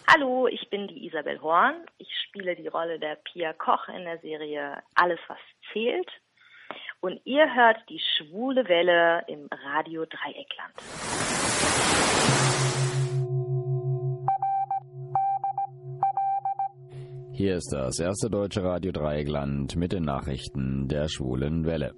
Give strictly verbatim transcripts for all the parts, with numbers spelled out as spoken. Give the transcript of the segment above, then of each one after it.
Hallo, ich bin die Isabel Horn. Ich spiele die Rolle der Pia Koch in der Serie Alles, was zählt. Und ihr hört die Schwule Welle im Radio Dreieckland. Hier ist das erste deutsche Radio Dreieckland mit den Nachrichten der Schwulen Welle.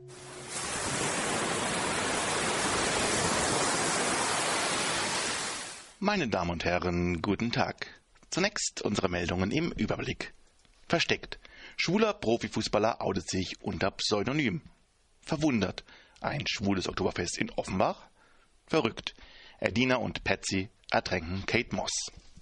Meine Damen und Herren, guten Tag. Zunächst unsere Meldungen im Überblick. Versteckt. Schwuler Profifußballer outet sich unter Pseudonym. Verwundert. Ein schwules Oktoberfest in Offenbach. Verrückt. Erdina und Patsy ertränken Kate Moss.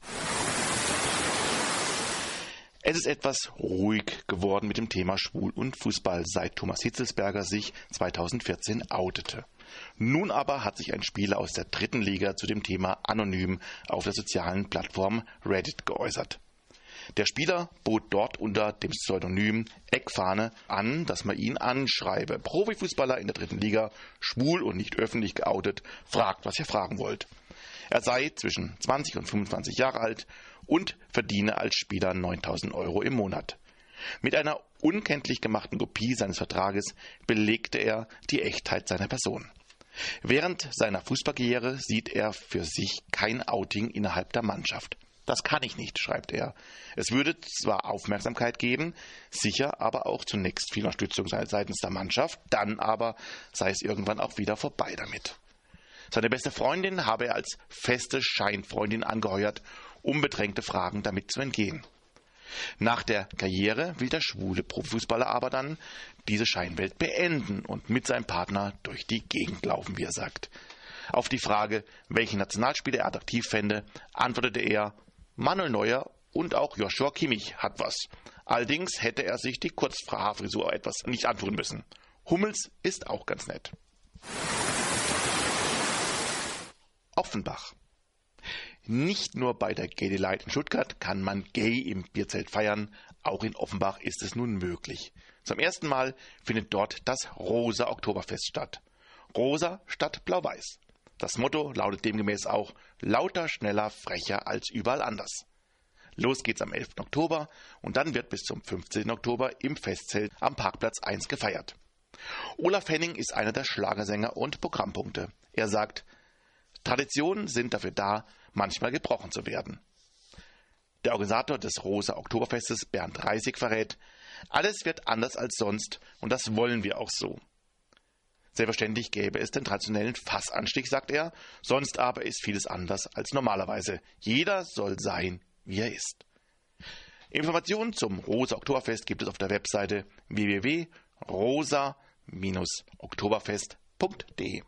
Es ist etwas ruhig geworden mit dem Thema Schwul und Fußball, seit Thomas Hitzelsberger sich zweitausendvierzehn outete. Nun aber hat sich ein Spieler aus der dritten Liga zu dem Thema anonym auf der sozialen Plattform Reddit geäußert. Der Spieler bot dort unter dem Pseudonym Eckfahne an, dass man ihn anschreibe. Profifußballer in der dritten Liga, schwul und nicht öffentlich geoutet, fragt, was ihr fragen wollt. Er sei zwischen zwanzig und fünfundzwanzig Jahre alt und verdiene als Spieler neuntausend Euro im Monat. Mit einer unkenntlich gemachten Kopie seines Vertrages belegte er die Echtheit seiner Person. Während seiner Fußballkarriere sieht er für sich kein Outing innerhalb der Mannschaft. Das kann ich nicht, schreibt er. Es würde zwar Aufmerksamkeit geben, sicher aber auch zunächst viel Unterstützung seitens der Mannschaft, dann aber sei es irgendwann auch wieder vorbei damit. Seine beste Freundin habe er als feste Scheinfreundin angeheuert, um bedrängte Fragen damit zu entgehen. Nach der Karriere will der schwule Profifußballer aber dann diese Scheinwelt beenden und mit seinem Partner durch die Gegend laufen, wie er sagt. Auf die Frage, welchen Nationalspieler er attraktiv fände, antwortete er, Manuel Neuer und auch Joshua Kimmich hat was. Allerdings hätte er sich die Kurzhaarfrisur etwas nicht antun müssen. Hummels ist auch ganz nett. Offenbach. Nicht nur bei der Gay Delight in Stuttgart kann man gay im Bierzelt feiern, auch in Offenbach ist es nun möglich. Zum ersten Mal findet dort das Rosa Oktoberfest statt. Rosa statt Blau-Weiß. Das Motto lautet demgemäß auch lauter, schneller, frecher als überall anders. Los geht's am elften Oktober und dann wird bis zum fünfzehnten Oktober im Festzelt am Parkplatz eins gefeiert. Olaf Henning ist einer der Schlagersänger und Programmpunkte. Er sagt, Traditionen sind dafür da, manchmal gebrochen zu werden. Der Organisator des Rosa Oktoberfestes, Bernd Reisig, verrät, alles wird anders als sonst und das wollen wir auch so. Selbstverständlich gäbe es den traditionellen Fassanstich, sagt er, sonst aber ist vieles anders als normalerweise. Jeder soll sein, wie er ist. Informationen zum Rosa Oktoberfest gibt es auf der Webseite w w w punkt rosa oktoberfest punkt d e.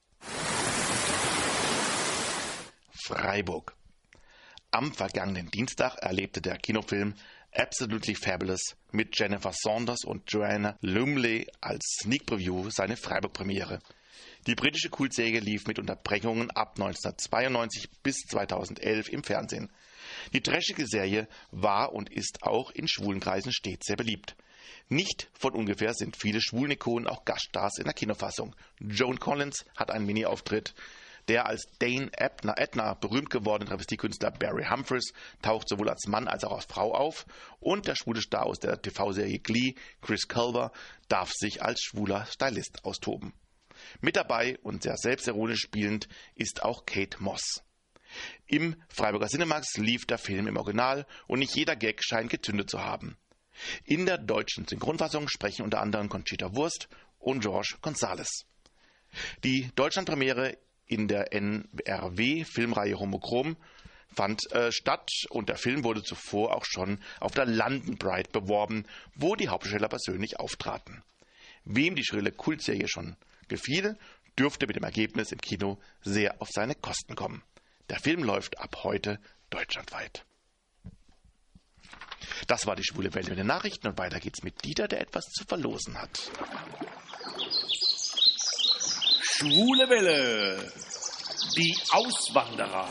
Freiburg. Am vergangenen Dienstag erlebte der Kinofilm Absolutely Fabulous mit Jennifer Saunders und Joanna Lumley als Sneak Preview seine Freiburg-Premiere. Die britische Kultserie lief mit Unterbrechungen ab neunzehnhundertzweiundneunzig bis zweitausendelf im Fernsehen. Die trashige Serie war und ist auch in schwulen Kreisen stets sehr beliebt. Nicht von ungefähr sind viele schwulen Ikonen auch Gaststars in der Kinofassung. Joan Collins hat einen Mini-Auftritt. Der als Dane Edna, Edna berühmt gewordene Travestiekünstler Barry Humphries taucht sowohl als Mann als auch als Frau auf und der schwule Star aus der T V-Serie Glee, Chris Culver, darf sich als schwuler Stylist austoben. Mit dabei und sehr selbstironisch spielend ist auch Kate Moss. Im Freiburger Cinemax lief der Film im Original und nicht jeder Gag scheint gezündet zu haben. In der deutschen Synchronfassung sprechen unter anderem Conchita Wurst und George Gonzalez. Die Deutschlandpremiere in der N R W-Filmreihe Homochrom fand äh, statt und der Film wurde zuvor auch schon auf der London Pride beworben, wo die Hauptdarsteller persönlich auftraten. Wem die schrille Kultserie schon gefiel, dürfte mit dem Ergebnis im Kino sehr auf seine Kosten kommen. Der Film läuft ab heute deutschlandweit. Das war die Schwule Welle mit den Nachrichten und weiter geht's mit Dieter, der etwas zu verlosen hat. Schwule Welle, die Auswanderer.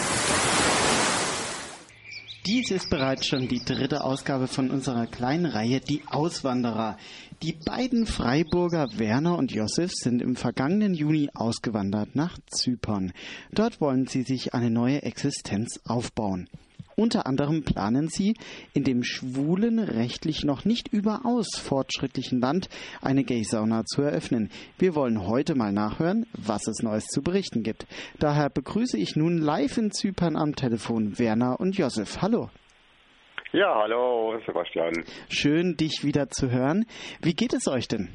Dies ist bereits schon die dritte Ausgabe von unserer kleinen Reihe Die Auswanderer. Die beiden Freiburger Werner und Josef sind im vergangenen Juni ausgewandert nach Zypern. Dort wollen sie sich eine neue Existenz aufbauen. Unter anderem planen sie, in dem schwulen, rechtlich noch nicht überaus fortschrittlichen Land eine Gay-Sauna zu eröffnen. Wir wollen heute mal nachhören, was es Neues zu berichten gibt. Daher begrüße ich nun live in Zypern am Telefon Werner und Josef. Hallo. Ja, hallo Sebastian. Schön, dich wieder zu hören. Wie geht es euch denn?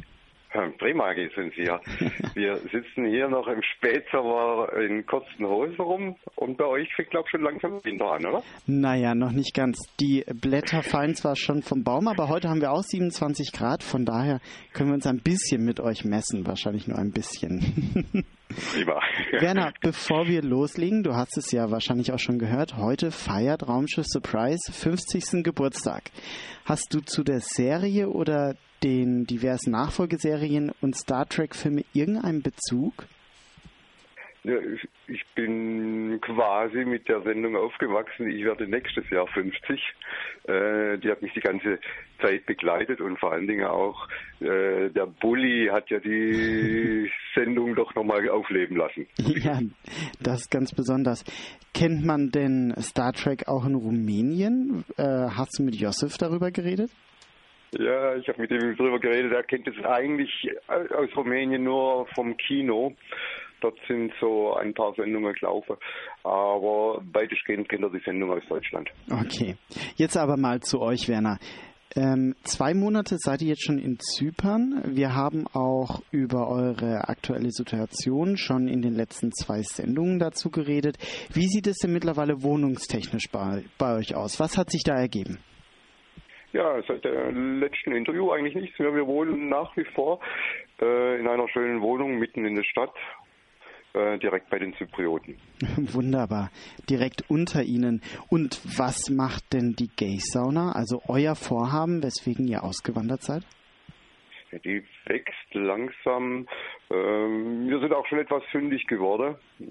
Prima geht es uns hier. Wir sitzen hier noch im Spätsommer in kurzen Hosen rum und bei euch fängt, glaube ich, schon langsam Winter an, oder? Naja, noch nicht ganz. Die Blätter fallen zwar schon vom Baum, aber heute haben wir auch siebenundzwanzig Grad, von daher können wir uns ein bisschen mit euch messen, wahrscheinlich nur ein bisschen. Prima. Werner, bevor wir loslegen, du hast es ja wahrscheinlich auch schon gehört, heute feiert Raumschiff Surprise fünfzigsten Geburtstag. Hast du zu der Serie oder den diversen Nachfolgeserien und Star Trek-Filme irgendeinen Bezug? Ja, ich bin quasi mit der Sendung aufgewachsen. Ich werde nächstes Jahr fünfzig. Äh, die hat mich die ganze Zeit begleitet und vor allen Dingen auch äh, der Bulli hat ja die Sendung doch nochmal aufleben lassen. Ja, das ist ganz besonders. Kennt man denn Star Trek auch in Rumänien? Äh, hast du mit Josef darüber geredet? Ja, ich habe mit ihm darüber geredet. Er kennt es eigentlich aus Rumänien nur vom Kino. Dort sind so ein paar Sendungen gelaufen, aber weitestgehend kennt er die Sendung aus Deutschland. Okay, jetzt aber mal zu euch, Werner. Ähm, zwei Monate seid ihr jetzt schon in Zypern. Wir haben auch über eure aktuelle Situation schon in den letzten zwei Sendungen dazu geredet. Wie sieht es denn mittlerweile wohnungstechnisch bei, bei euch aus? Was hat sich da ergeben? Ja, seit dem letzten Interview eigentlich nichts mehr. Wir wohnen nach wie vor äh, in einer schönen Wohnung mitten in der Stadt, äh, direkt bei den Zyprioten. Wunderbar, direkt unter Ihnen. Und was macht denn die Gay-Sauna, also euer Vorhaben, weswegen ihr ausgewandert seid? Ja, die wächst langsam. Ähm, wir sind auch schon etwas fündig geworden.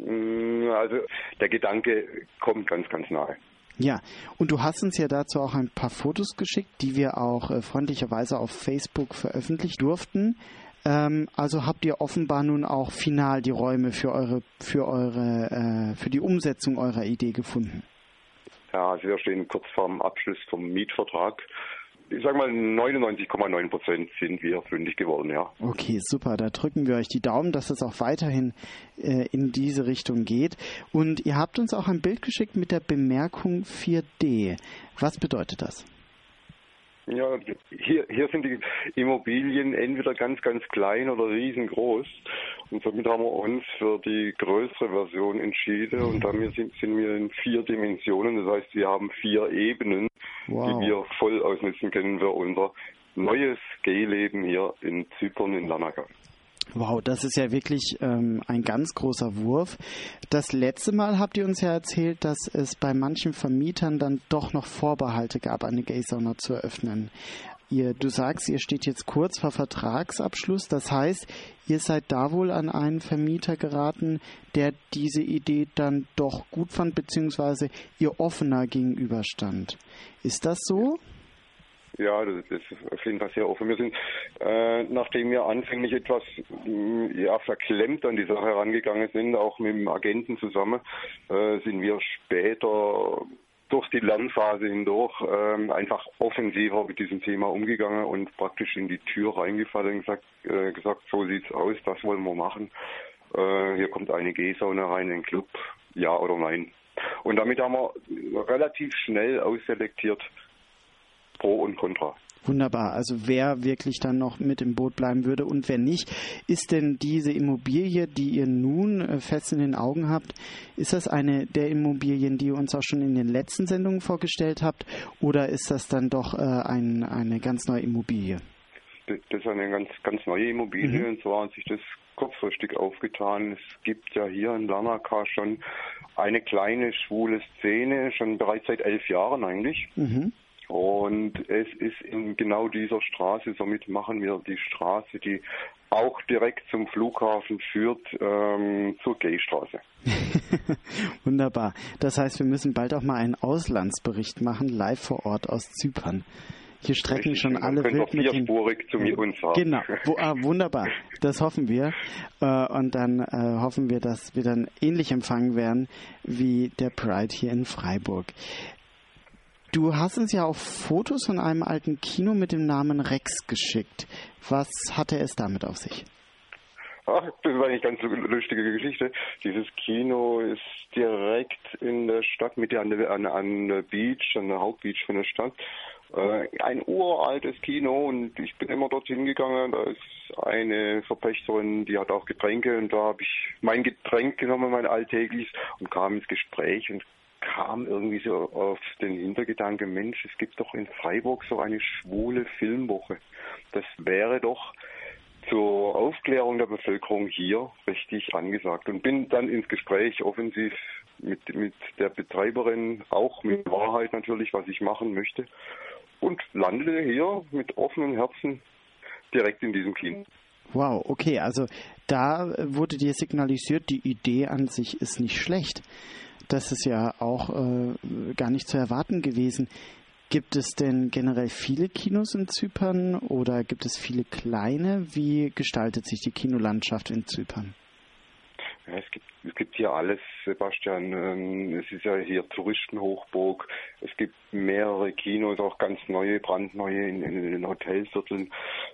Also der Gedanke kommt ganz, ganz nahe. Ja, und du hast uns ja dazu auch ein paar Fotos geschickt, die wir auch äh, freundlicherweise auf Facebook veröffentlichen durften. Ähm, also habt ihr offenbar nun auch final die Räume für eure, für eure, äh, für die Umsetzung eurer Idee gefunden? Ja, also wir stehen kurz vorm Abschluss vom Mietvertrag. Ich sage mal, neunundneunzig Komma neun Prozent sind wir fündig geworden, ja. Okay, super. Da drücken wir euch die Daumen, dass es auch weiterhin äh, in diese Richtung geht. Und ihr habt uns auch ein Bild geschickt mit der Bemerkung vier D. Was bedeutet das? Ja, hier, hier sind die Immobilien entweder ganz, ganz klein oder riesengroß. Und somit haben wir uns für die größere Version entschieden. Und damit sind, sind wir in vier Dimensionen. Das heißt, wir haben vier Ebenen, wow, die wir voll ausnutzen können für unser neues Gay-Leben hier in Zypern in Larnaca. Wow, das ist ja wirklich ähm, ein ganz großer Wurf. Das letzte Mal habt ihr uns ja erzählt, dass es bei manchen Vermietern dann doch noch Vorbehalte gab, eine Gay-Sauna zu eröffnen. Ihr, du sagst, ihr steht jetzt kurz vor Vertragsabschluss. Das heißt, ihr seid da wohl an einen Vermieter geraten, der diese Idee dann doch gut fand, beziehungsweise ihr offener gegenüberstand. Ist das so? Ja, das ist auf jeden Fall sehr offen. Wir sind, äh, nachdem wir anfänglich etwas ja, verklemmt an die Sache herangegangen sind, auch mit dem Agenten zusammen, äh, sind wir später durch die Lernphase hindurch äh, einfach offensiver mit diesem Thema umgegangen und praktisch in die Tür reingefallen und gesagt, äh, gesagt so sieht's aus, das wollen wir machen. Äh, hier kommt eine G-Sauna rein, ein Club, ja oder nein. Und damit haben wir relativ schnell ausselektiert, Pro und Contra. Wunderbar. Also wer wirklich dann noch mit im Boot bleiben würde und wer nicht. Ist denn diese Immobilie, die ihr nun fest in den Augen habt, ist das eine der Immobilien, die ihr uns auch schon in den letzten Sendungen vorgestellt habt, oder ist das dann doch äh, ein, eine ganz neue Immobilie? Das ist eine ganz, ganz neue Immobilie, mhm. Und zwar hat sich das kurzfristig aufgetan. Es gibt ja hier in Larnaca schon eine kleine schwule Szene, schon bereits seit elf Jahren eigentlich. Mhm. Und es ist in genau dieser Straße, somit machen wir die Straße, die auch direkt zum Flughafen führt, ähm, zur Gay-Straße. Wunderbar. Das heißt, wir müssen bald auch mal einen Auslandsbericht machen, live vor Ort aus Zypern. Hier strecken Richtig, schon alle wild mit den... vierspurig zu mir uns haben. Genau, Wo, ah, wunderbar. Das hoffen wir. Äh, und dann äh, hoffen wir, dass wir dann ähnlich empfangen werden wie der Pride hier in Freiburg. Du hast uns ja auch Fotos von einem alten Kino mit dem Namen Rex geschickt. Was hatte es damit auf sich? Ach, das ist eigentlich eine ganz lustige Geschichte. Dieses Kino ist direkt in der Stadt, mit der an der, an, an der Beach, an der Hauptbeach von der Stadt. Äh, ein uraltes Kino und ich bin immer dorthin gegangen. Da ist eine Verpächterin, die hat auch Getränke und da habe ich mein Getränk genommen, mein alltägliches, und kam ins Gespräch und kam irgendwie so auf den Hintergedanke, Mensch, es gibt doch in Freiburg so eine schwule Filmwoche. Das wäre doch zur Aufklärung der Bevölkerung hier richtig angesagt. Und bin dann ins Gespräch offensiv mit, mit der Betreiberin, auch mit Wahrheit natürlich, was ich machen möchte, und landete hier mit offenen Herzen direkt in diesem Kino. Wow, okay, also da wurde dir signalisiert, die Idee an sich ist nicht schlecht. Das ist ja auch äh, gar nicht zu erwarten gewesen. Gibt es denn generell viele Kinos in Zypern oder gibt es viele kleine? Wie gestaltet sich die Kinolandschaft in Zypern? Ja, es gibt, es gibt hier alles, Sebastian. Es ist ja hier Touristenhochburg. Es gibt mehrere Kinos, auch ganz neue, brandneue in, in den Hotelvierteln.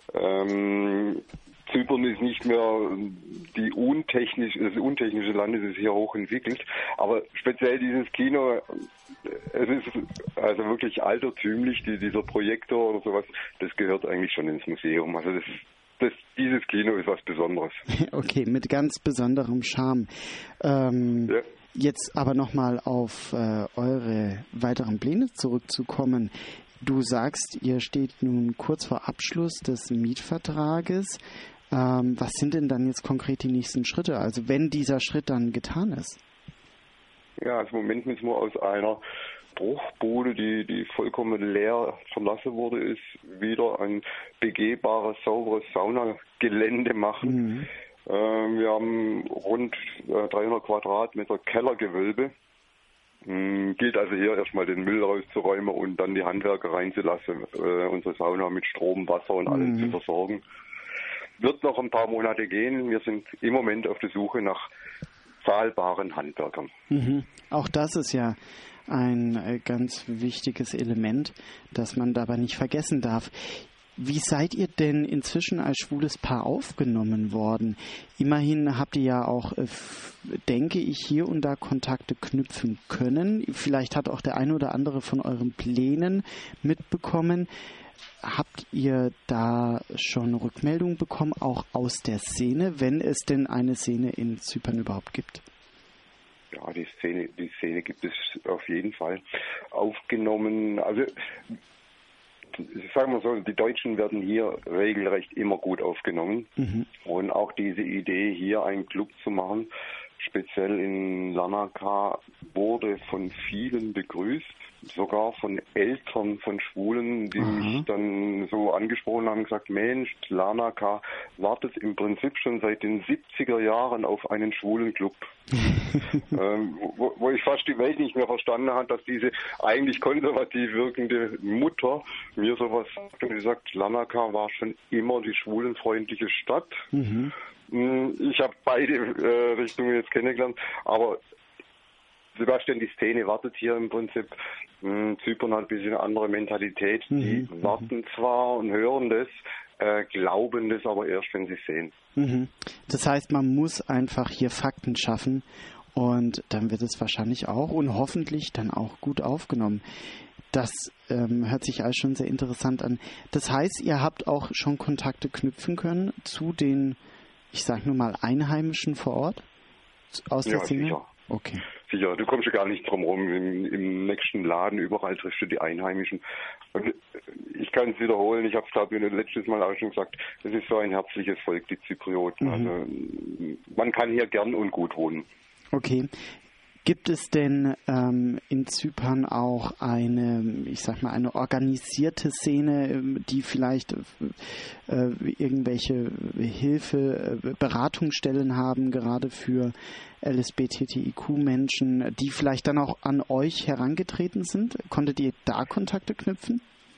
Ähm, Zypern ist nicht mehr die untechnisch, das untechnische Land, es ist hier hoch entwickelt. Aber speziell dieses Kino, es ist also wirklich altertümlich, die, dieser Projektor oder sowas, das gehört eigentlich schon ins Museum. Also das, das, dieses Kino ist was Besonderes. Okay, mit ganz besonderem Charme. Ähm, ja. Jetzt aber nochmal auf äh, eure weiteren Pläne zurückzukommen. Du sagst, ihr steht nun kurz vor Abschluss des Mietvertrages. Ähm, was sind denn dann jetzt konkret die nächsten Schritte? Also wenn dieser Schritt dann getan ist? Ja, also im Moment müssen wir aus einer Bruchbude, die, die vollkommen leer verlassen wurde, ist, wieder ein begehbares, sauberes Saunagelände machen. Mhm. Ähm, wir haben rund äh, dreihundert Quadratmeter Kellergewölbe. Ähm, gilt also hier erstmal den Müll rauszuräumen und dann die Handwerker reinzulassen, äh, unsere Sauna mit Strom, Wasser und allem mhm. zu versorgen. Wird noch ein paar Monate gehen. Wir sind im Moment auf der Suche nach zahlbaren Handwerkern. Mhm. Auch das ist ja ein äh, ganz wichtiges Element, das man dabei nicht vergessen darf. Wie seid ihr denn inzwischen als schwules Paar aufgenommen worden? Immerhin habt ihr ja auch, äh, denke ich, hier und da Kontakte knüpfen können. Vielleicht hat auch der eine oder andere von euren Plänen mitbekommen. Habt ihr da schon Rückmeldungen bekommen, auch aus der Szene, wenn es denn eine Szene in Zypern überhaupt gibt? Ja, die Szene, die Szene gibt es auf jeden Fall. Aufgenommen, also sagen wir so, die Deutschen werden hier regelrecht immer gut aufgenommen. Mhm. Und auch diese Idee, hier einen Club zu machen, speziell in Larnaca, wurde von vielen begrüßt, sogar von Eltern von Schwulen, die mhm. mich dann so angesprochen haben, gesagt, Mensch, Larnaca wartet im Prinzip schon seit den siebziger Jahren auf einen schwulen Club. ähm, wo, wo ich fast die Welt nicht mehr verstanden habe, dass diese eigentlich konservativ wirkende Mutter mir sowas sagt und sie sagt, Larnaca war schon immer die schwulenfreundliche Stadt. Mhm. Ich habe beide äh, Richtungen jetzt kennengelernt, aber Sebastian, die Szene wartet hier im Prinzip. Zypern hat ein bisschen eine andere Mentalität. Mhm. Die warten zwar und hören das, äh, glauben das aber erst, wenn sie sehen. Mhm. Das heißt, man muss einfach hier Fakten schaffen und dann wird es wahrscheinlich auch und hoffentlich dann auch gut aufgenommen. Das ähm, hört sich alles schon sehr interessant an. Das heißt, ihr habt auch schon Kontakte knüpfen können zu den, ich sag nur mal, Einheimischen vor Ort? Aus der ja, Szene? Sicher. Okay. Sicher, du kommst ja gar nicht drum rum. Im, Im nächsten Laden, überall triffst du die Einheimischen. Und ich kann es wiederholen, ich habe es glaube ich letztes Mal auch schon gesagt, es ist so ein herzliches Volk, die Zyprioten. Mhm. Also man kann hier gern und gut wohnen. Okay. Gibt es denn ähm, in Zypern auch eine, ich sag mal, eine organisierte Szene, die vielleicht äh, irgendwelche Hilfe, äh, Beratungsstellen haben, gerade für L S B T T I Q-Menschen, die vielleicht dann auch an euch herangetreten sind? Konntet ihr da Kontakte knüpfen?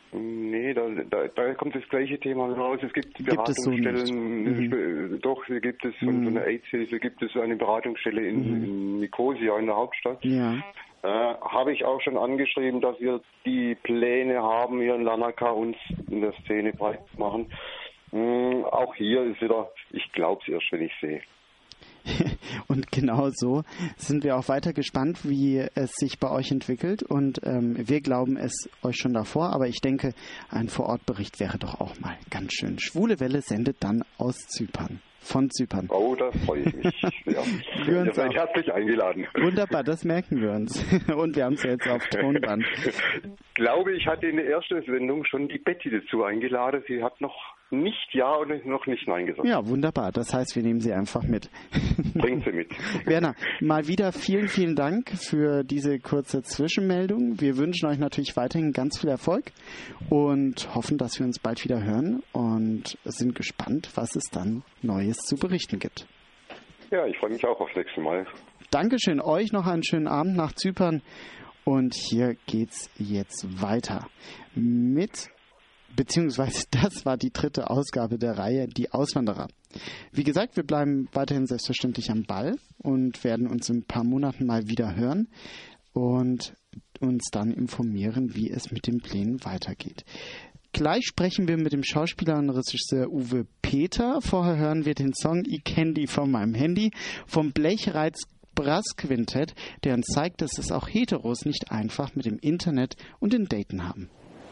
Nee, da, da, da kommt das gleiche Thema raus. Es gibt, gibt Beratungsstellen, es so mhm. doch, hier gibt es von, mhm. von der AIDS-Hilfe gibt es eine Beratungsstelle in, mhm. in Nikosia, in der Hauptstadt. Ja. Äh, habe ich auch schon angeschrieben, dass wir die Pläne haben, hier in Larnaca uns in der Szene breit zu machen. Mhm, auch hier ist wieder, ich glaube es erst, wenn ich sehe. Und genau so sind wir auch weiter gespannt, wie es sich bei euch entwickelt. Und ähm, wir glauben es euch schon davor, aber ich denke, ein Vorortbericht wäre doch auch mal ganz schön. Schwule Welle sendet dann aus Zypern. Von Zypern. Oh, da freue ich mich. Ja. Ihr seid herzlich eingeladen. Wunderbar, das merken wir uns. Und wir haben es ja jetzt auf Tonband. Ich glaube, ich hatte in der ersten Sendung schon die Betty dazu eingeladen. Sie hat noch nicht Ja und noch nicht Nein gesagt. Ja, wunderbar. Das heißt, wir nehmen sie einfach mit. Bringt sie mit. Werner, mal wieder vielen, vielen Dank für diese kurze Zwischenmeldung. Wir wünschen euch natürlich weiterhin ganz viel Erfolg und hoffen, dass wir uns bald wieder hören und sind gespannt, was es dann Neues zu berichten gibt. Ja, ich freue mich auch aufs nächste Mal. Dankeschön. Euch noch einen schönen Abend nach Zypern. Und hier geht's jetzt weiter mit... Beziehungsweise das war die dritte Ausgabe der Reihe Die Auswanderer. Wie gesagt, wir bleiben weiterhin selbstverständlich am Ball und werden uns in ein paar Monaten mal wieder hören und uns dann informieren, wie es mit den Plänen weitergeht. Gleich sprechen wir mit dem Schauspieler und Regisseur Uwe Peter. Vorher hören wir den Song I Kenn Die von meinem Handy vom Blechreiz Brass Quintett, der uns zeigt, dass es auch Heteros nicht einfach mit dem Internet und den Daten haben.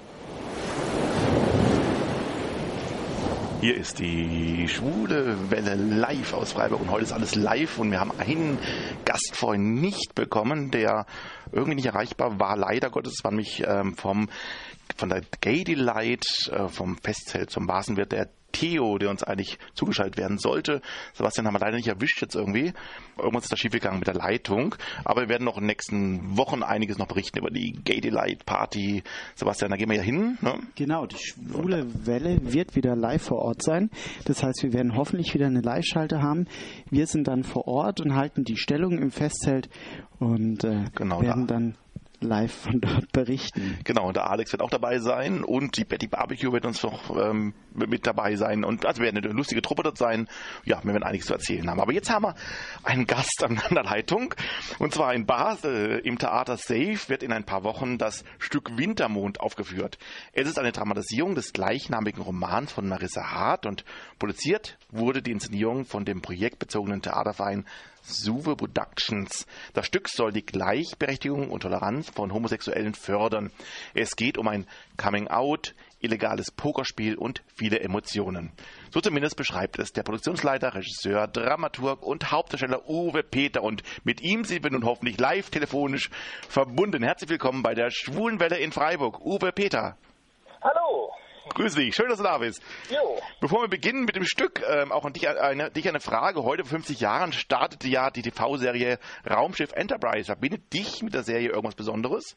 Hier ist die Schwule Welle live aus Freiburg und heute ist alles live und wir haben einen Gast vorhin nicht bekommen, der irgendwie nicht erreichbar war. Leider Gottes, es war nämlich ähm, vom, von der Gay Delight, äh, vom Festzelt zum Basenwirt, der Theo, der uns eigentlich zugeschaltet werden sollte. Sebastian haben wir leider nicht erwischt jetzt irgendwie. Irgendwas ist da schiefgegangen mit der Leitung. Aber wir werden noch in den nächsten Wochen einiges noch berichten über die Gay Delight Party. Sebastian, da gehen wir ja hin. Ne? Genau, die Schwule Welle wird wieder live vor Ort sein. Das heißt, wir werden hoffentlich wieder eine Live-Schalte haben. Wir sind dann vor Ort und halten die Stellung im Festzelt und äh, genau, werden da. dann live von dort berichten. Genau, und der Alex wird auch dabei sein und die Betty Barbecue wird uns noch ähm, mit dabei sein und also werden eine lustige Truppe dort sein. Ja, wir werden einiges zu erzählen haben. Aber jetzt haben wir einen Gast an der Leitung und zwar in Basel im Theater Safe wird in ein paar Wochen das Stück Wintermond aufgeführt. Es ist eine Dramatisierung des gleichnamigen Romans von Marissa Hart und produziert wurde die Inszenierung von dem projektbezogenen Theaterverein Suwe Productions. Das Stück soll die Gleichberechtigung und Toleranz von Homosexuellen fördern. Es geht um ein Coming-out, illegales Pokerspiel und viele Emotionen. So zumindest beschreibt es der Produktionsleiter, Regisseur, Dramaturg und Hauptdarsteller Uwe Peter. Und mit ihm sind wir nun hoffentlich live telefonisch verbunden. Herzlich willkommen bei der Schwulen Welle in Freiburg. Uwe Peter. Hallo. Grüß dich, schön, dass du da bist. Jo. Bevor wir beginnen mit dem Stück, ähm, auch an dich eine, dich eine Frage. Heute vor fünfzig Jahren startete ja die T V-Serie Raumschiff Enterprise. Verbindet dich mit der Serie irgendwas Besonderes?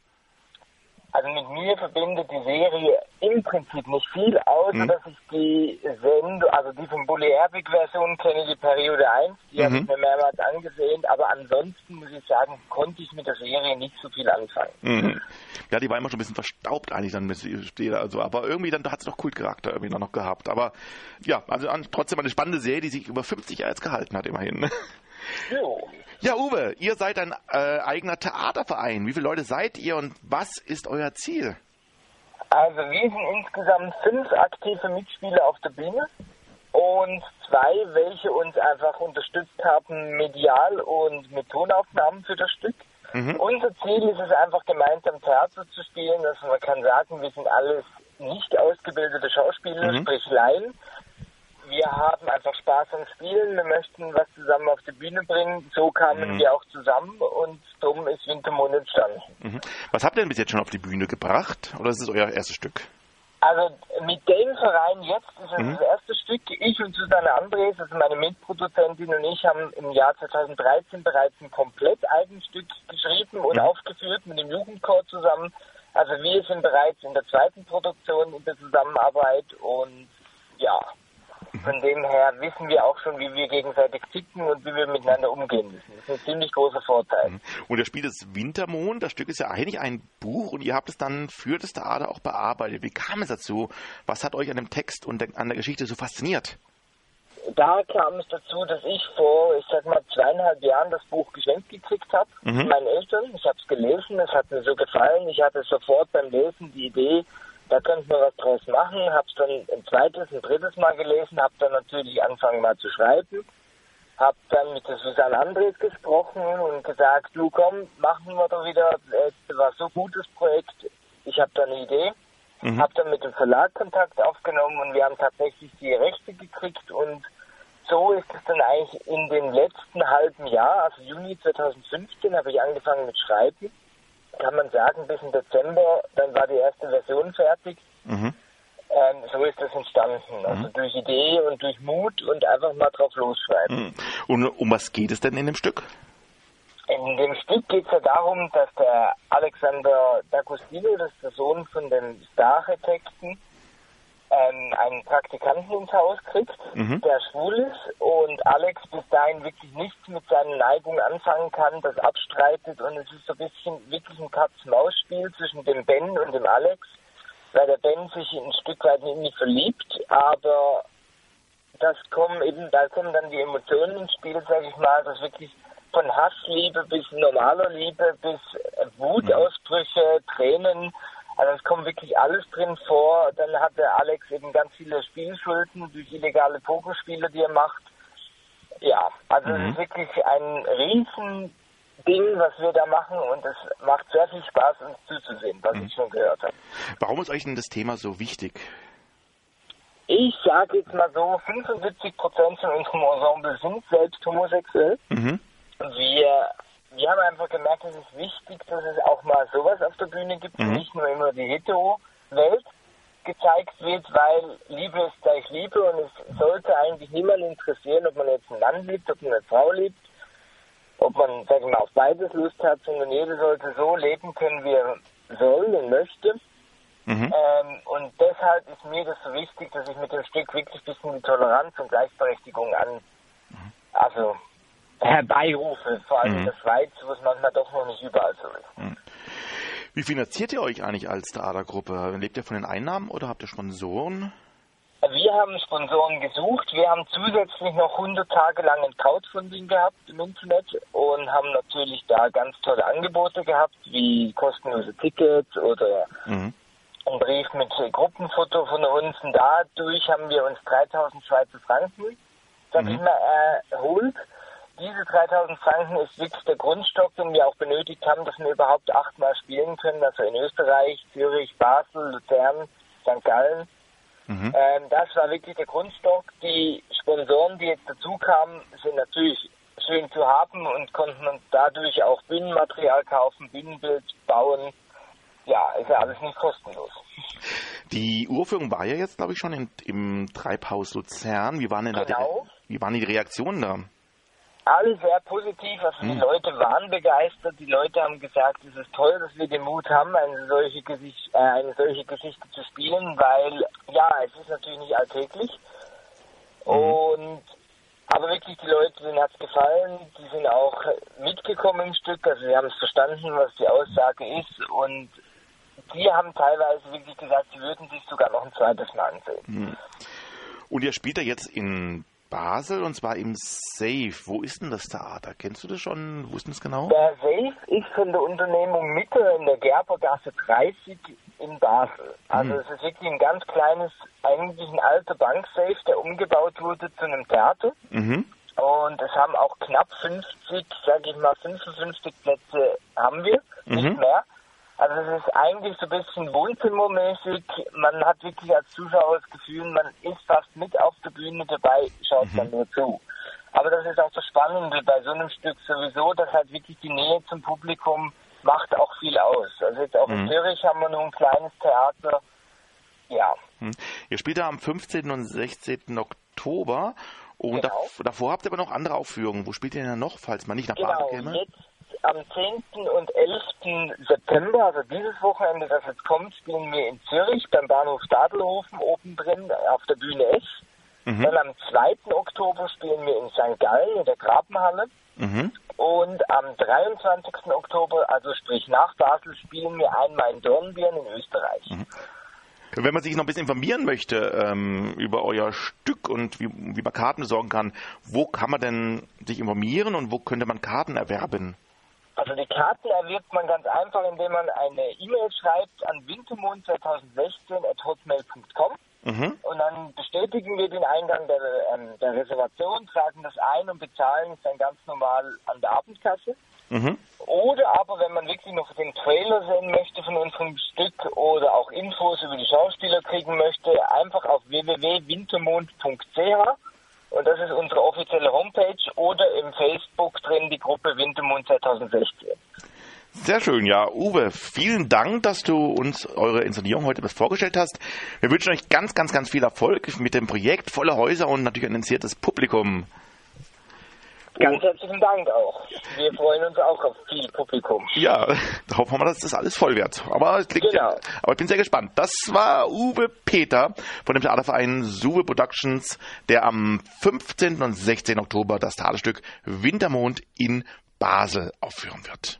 Also mit mir verbindet die Serie im Prinzip nicht viel, außer mhm. dass ich die Sendung, also die von Bully Herbig Version kenne, die Periode eins, die mhm. habe ich mir mehrmals angesehen, aber ansonsten muss ich sagen, konnte ich mit der Serie nicht so viel anfangen. Mhm. Ja, die war immer schon ein bisschen verstaubt eigentlich dann, also, aber irgendwie dann hat es doch Kultcharakter irgendwie noch gehabt. Aber ja, also trotzdem eine spannende Serie, die sich über fünfzig Jahre jetzt gehalten hat immerhin. Jo. Ja, Uwe, ihr seid ein äh, eigener Theaterverein. Wie viele Leute seid ihr und was ist euer Ziel? Also wir sind insgesamt fünf aktive Mitspieler auf der Bühne und zwei, welche uns einfach unterstützt haben medial und mit Tonaufnahmen für das Stück. Mhm. Unser Ziel ist es einfach, gemeinsam Theater zu spielen. Also man kann sagen, wir sind alles nicht ausgebildete Schauspieler, mhm. sprich Laien. Wir haben einfach Spaß am Spielen, wir möchten was zusammen auf die Bühne bringen. So kamen mhm. wir auch zusammen und darum ist Wintermond entstanden. Mhm. Was habt ihr denn bis jetzt schon auf die Bühne gebracht oder ist es euer erstes Stück? Also mit dem Verein jetzt ist es mhm. das erste Stück. Ich und Susanne Andres, also meine Mitproduzentin und ich, haben im Jahr zweitausenddreizehn bereits ein komplett eigenes Stück geschrieben und mhm. aufgeführt mit dem Jugendchor zusammen. Also wir sind bereits in der zweiten Produktion in der Zusammenarbeit und ja. Von dem her wissen wir auch schon, wie wir gegenseitig ticken und wie wir miteinander umgehen müssen. Das ist ein ziemlich großer Vorteil. Und das Spiel des Wintermond, das Stück ist ja eigentlich ein Buch und ihr habt es dann für das Theater auch bearbeitet. Wie kam es dazu? Was hat euch an dem Text und an der Geschichte so fasziniert? Da kam es dazu, dass ich vor, ich sag mal, zweieinhalb Jahren das Buch geschenkt gekriegt habe mhm. von meinen Eltern. Ich habe es gelesen, es hat mir so gefallen. Ich hatte sofort beim Lesen die Idee, da könnte man was draus machen. Habe es dann ein zweites, ein drittes Mal gelesen, habe dann natürlich angefangen mal zu schreiben. Habe dann mit der Susanne Andres gesprochen und gesagt, du komm, machen wir doch wieder. Es war so ein gutes Projekt. Ich habe da eine Idee. Mhm. Habe dann mit dem Verlag Kontakt aufgenommen und wir haben tatsächlich die Rechte gekriegt und so ist es dann eigentlich in den letzten halben Jahr, also Juni zweitausendfünfzehn, habe ich angefangen mit Schreiben. Kann man sagen, bis im Dezember, dann war die erste Version fertig. Mhm. Ähm, so ist das entstanden. Mhm. Also durch Idee und durch Mut und einfach mal drauf losschreiben. Mhm. Und um was geht es denn in dem Stück? In dem Stück geht es ja darum, dass der Alexander D'Agostino, das ist der Sohn von dem Star-Architekten, ähm, einen Praktikanten ins Haus kriegt, mhm. der schwul ist und Alex bis dahin wirklich nichts mit seinen Neigungen anfangen kann, das abstreitet und es ist so ein bisschen wirklich ein Katz-Maus-Spiel zwischen dem Ben und dem Alex, weil der Ben sich ein Stück weit in ihn verliebt, aber das kommen eben, da kommen dann die Emotionen ins Spiel, sage ich mal, das wirklich von Hassliebe bis normaler Liebe bis Wutausbrüche, Tränen, also es kommt wirklich alles drin vor. Dann hat der Alex eben ganz viele Spielschulden durch illegale Pokerspiele, die er macht. Ja, also mhm. es ist wirklich ein riesen Ding, was wir da machen und es macht sehr viel Spaß, uns zuzusehen, was mhm. ich schon gehört habe. Warum ist euch denn das Thema so wichtig? Ich sage jetzt mal so, fünfundsiebzig Prozent von unserem Ensemble sind selbst homosexuell. Mhm. Wir, wir haben einfach gemerkt, es ist wichtig, dass es auch mal sowas auf der Bühne gibt mhm. und nicht nur immer die Hetero-Welt gezeigt wird, weil Liebe ist gleich Liebe und es sollte eigentlich niemand interessieren, ob man jetzt einen Mann liebt, ob man eine Frau liebt, ob man, sag ich mal, auf beides Lust hat, sondern jeder sollte so leben können, wie er soll und möchte. Mhm. Ähm, und deshalb ist mir das so wichtig, dass ich mit dem Stück wirklich ein bisschen die Toleranz und Gleichberechtigung an, mhm. also herbeirufe, vor allem mhm. in der Schweiz, wo es manchmal doch noch nicht überall so ist. Mhm. Wie finanziert ihr euch eigentlich als Theatergruppe? Lebt ihr von den Einnahmen oder habt ihr Sponsoren? Wir haben Sponsoren gesucht. Wir haben zusätzlich noch hundert Tage lang ein Crowdfunding gehabt im Internet und haben natürlich da ganz tolle Angebote gehabt, wie kostenlose Tickets oder mhm. ein Brief mit Gruppenfoto von uns. Und dadurch haben wir uns dreitausend Schweizer Franken, sag ich mal, erholt. Diese dreitausend Franken ist wirklich der Grundstock, den wir auch benötigt haben, dass wir überhaupt achtmal spielen können. Also in Österreich, Zürich, Basel, Luzern, Sankt Gallen. Mhm. Ähm, das war wirklich der Grundstock. Die Sponsoren, die jetzt dazu kamen, sind natürlich schön zu haben und konnten uns dadurch auch Bühnenmaterial kaufen, Bühnenbild bauen. Ja, ist ja alles nicht kostenlos. Die Uraufführung war ja jetzt, glaube ich, schon in, im Treibhaus Luzern. Wie waren denn da genau. die, wie waren die Reaktionen da? Alle sehr positiv, also die hm. Leute waren begeistert, die Leute haben gesagt, es ist toll, dass wir den Mut haben, eine solche, Gesicht, äh, eine solche Geschichte zu spielen, weil, ja, es ist natürlich nicht alltäglich. Hm. Und, aber wirklich, die Leute, denen hat es gefallen, die sind auch mitgekommen im Stück, also sie haben es verstanden, was die Aussage ist und die haben teilweise wirklich gesagt, sie würden sich sogar noch ein zweites Mal ansehen. Hm. Und ihr spielt ja jetzt in Basel und zwar im Safe. Wo ist denn das Theater? Kennst du das schon? Wo ist denn das genau? Der Safe ist von der Unternehmung Mitte in der Gerbergasse dreißig in Basel. Also es mhm. ist wirklich ein ganz kleines, eigentlich ein alter Banksafe, der umgebaut wurde zu einem Theater. Mhm. Und es haben auch knapp fünfzig, sage ich mal fünfundfünfzig Plätze haben wir, mhm. nicht mehr. Also es ist eigentlich so ein bisschen Wohnzimmermäßig. Man hat wirklich als Zuschauer das Gefühl, man ist fast mit auf der Bühne dabei, schaut mhm. man nur zu. Aber das ist auch das Spannende bei so einem Stück sowieso, dass halt wirklich die Nähe zum Publikum macht auch viel aus. Also jetzt auch mhm. in Zürich haben wir nur ein kleines Theater. Ja. Mhm. Ihr spielt ja am fünfzehnten und sechzehnten Oktober und genau. davor habt ihr aber noch andere Aufführungen. Wo spielt ihr denn noch, falls man nicht nach genau, Basel käme? Jetzt am zehnten und elften September, also dieses Wochenende, das jetzt kommt, spielen wir in Zürich beim Bahnhof Stadelhofen oben drin auf der Bühne S. Mhm. Dann am zweiten Oktober spielen wir in Sankt Gallen in der Grabenhalle. Mhm. Und am dreiundzwanzigsten Oktober, also sprich nach Basel, spielen wir einmal in Dornbirn in Österreich. Mhm. Wenn man sich noch ein bisschen informieren möchte ähm, über euer Stück und wie, wie man Karten besorgen kann, wo kann man denn sich informieren und wo könnte man Karten erwerben? Also die Karten erwirbt man ganz einfach, indem man eine E-Mail schreibt an wintermond zweitausendsechzehn at hotmail punkt com. Mhm. Und dann bestätigen wir den Eingang der, ähm, der Reservation, tragen das ein und bezahlen es dann ganz normal an der Abendkasse. Mhm. Oder aber, wenn man wirklich noch den Trailer sehen möchte von unserem Stück oder auch Infos über die Schauspieler kriegen möchte, einfach auf w w w punkt wintermond punkt c h und das ist unsere offizielle Homepage oder im Facebook drin die Gruppe Wintermond zweitausendsechzehn. Sehr schön, ja. Uwe, vielen Dank, dass du uns eure Inszenierung heute vorgestellt hast. Wir wünschen euch ganz, ganz, ganz viel Erfolg mit dem Projekt, volle Häuser und natürlich ein interessiertes Publikum. Ganz herzlichen Dank auch. Wir freuen uns auch auf viel Publikum. Ja, da hoffen wir, dass das alles voll wird. Aber, es klingt, genau. aber ich bin sehr gespannt. Das war Uwe Peter von dem Theaterverein Suwe Productions, der am fünfzehnten und sechzehnten Oktober das Theaterstück Wintermond in Basel aufführen wird.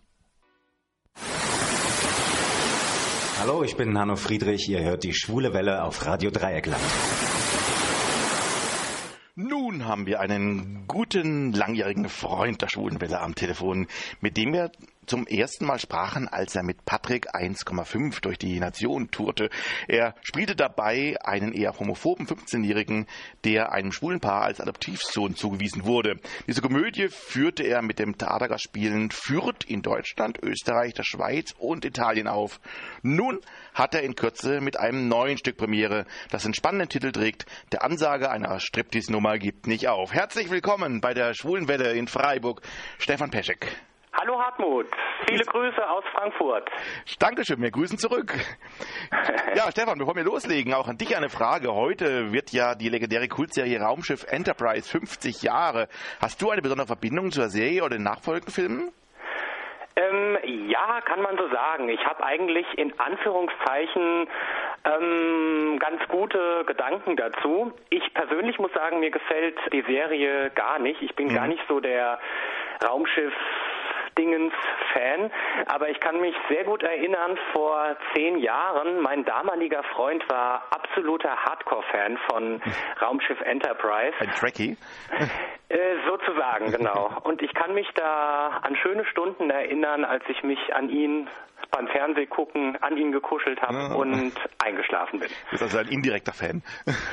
Hallo, ich bin Hanno Friedrich. Ihr hört die Schwule Welle auf Radio Dreieckland. Nun haben wir einen guten, langjährigen Freund der Schwulenwelle am Telefon, mit dem wir zum ersten Mal sprachen, als er mit Patrick eins Komma fünf durch die Nation tourte. Er spielte dabei einen eher homophoben fünfzehnjährigen, der einem schwulen Paar als Adoptivsohn zugewiesen wurde. Diese Komödie führte er mit dem Theatergastspielen Fürth in Deutschland, Österreich, der Schweiz und Italien auf. Nun hat er in Kürze mit einem neuen Stück Premiere, das den spannenden Titel trägt: Der Ansage einer Striptease-Nummer gibt nicht auf. Herzlich willkommen bei der Schwulenwelle in Freiburg, Stefan Peschek. Hallo Hartmut, viele Grüße aus Frankfurt. Dankeschön, wir grüßen zurück. Ja, Stefan, bevor wir loslegen, auch an dich eine Frage. Heute wird ja die legendäre Kultserie Raumschiff Enterprise fünfzig Jahre. Hast du eine besondere Verbindung zur Serie oder den nachfolgenden Filmen? Ähm, ja, kann man so sagen. Ich habe eigentlich in Anführungszeichen ähm, ganz gute Gedanken dazu. Ich persönlich muss sagen, mir gefällt die Serie gar nicht. Ich bin mhm. gar nicht so der Raumschiff Dingens-Fan, aber ich kann mich sehr gut erinnern, vor zehn Jahren, mein damaliger Freund war absoluter Hardcore-Fan von Raumschiff Enterprise. Ein Trekkie? Äh, sozusagen, genau. Und ich kann mich da an schöne Stunden erinnern, als ich mich an ihn beim Fernsehgucken an ihn gekuschelt habe ja. und eingeschlafen bin. Du bist also ein indirekter Fan.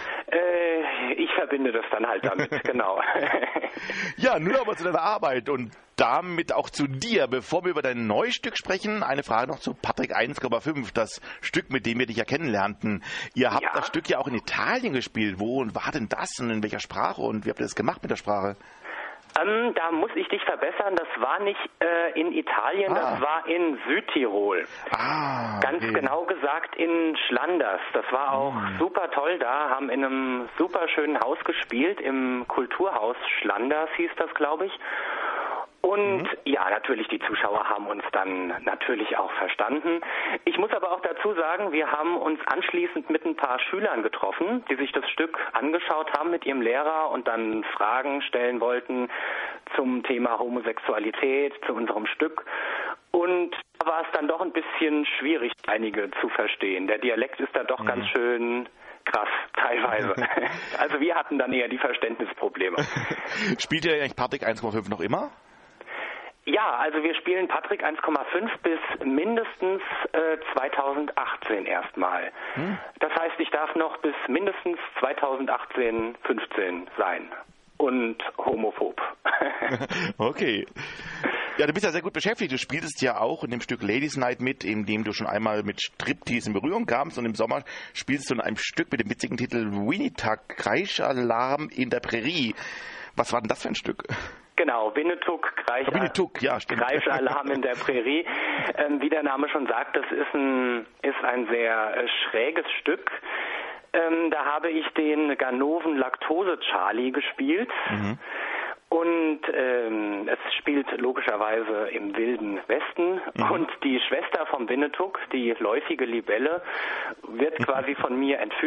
Äh, ich verbinde das dann halt damit, genau. Ja, nun aber zu deiner Arbeit und damit auch zu dir. Bevor wir über dein neues Stück sprechen, eine Frage noch zu Patrick eins Komma fünf, das Stück, mit dem wir dich ja kennenlernten. Ihr habt ja. das Stück ja auch in Italien gespielt. Wo und war denn das und in welcher Sprache und wie habt ihr das gemacht mit der Sprache? Ähm, da muss ich dich verbessern, das war nicht äh, in Italien, ah. das war in Südtirol. Ah, Ganz okay. genau gesagt in Schlanders. Das war auch hm. super toll da, haben in einem super schönen Haus gespielt, im Kulturhaus Schlanders hieß das, glaube ich. Und mhm. ja, natürlich, die Zuschauer haben uns dann natürlich auch verstanden. Ich muss aber auch dazu sagen, wir haben uns anschließend mit ein paar Schülern getroffen, die sich das Stück angeschaut haben mit ihrem Lehrer und dann Fragen stellen wollten zum Thema Homosexualität, zu unserem Stück. Und da war es dann doch ein bisschen schwierig, einige zu verstehen. Der Dialekt ist da doch mhm. ganz schön krass, teilweise. Also wir hatten dann eher die Verständnisprobleme. Spielt ihr eigentlich Patrick eins Komma fünf noch immer? Ja, also wir spielen Patrick eins Komma fünf bis mindestens äh, zweitausendachtzehn erstmal. Hm. Das heißt, ich darf noch bis mindestens zweitausendachtzehn, fünfzehn sein. Und homophob. Okay. Ja, du bist ja sehr gut beschäftigt. Du spielst ja auch in dem Stück Ladies Night mit, in dem du schon einmal mit Striptease in Berührung kamst. Und im Sommer spielst du in einem Stück mit dem witzigen Titel Winnetou, Kreischalarm in der Prärie. Was war denn das für ein Stück? Genau, Winnetou, Winnetou, ja, stimmt. Kreisalarm in der Prärie. Ähm, wie der Name schon sagt, das ist ein, ist ein sehr äh, schräges Stück. Ähm, da habe ich den Ganoven-Laktose-Charlie gespielt. Mhm. Und ähm, es spielt logischerweise im Wilden Westen. Mhm. Und die Schwester vom Winnetou, die läufige Libelle, wird quasi von mir entführt.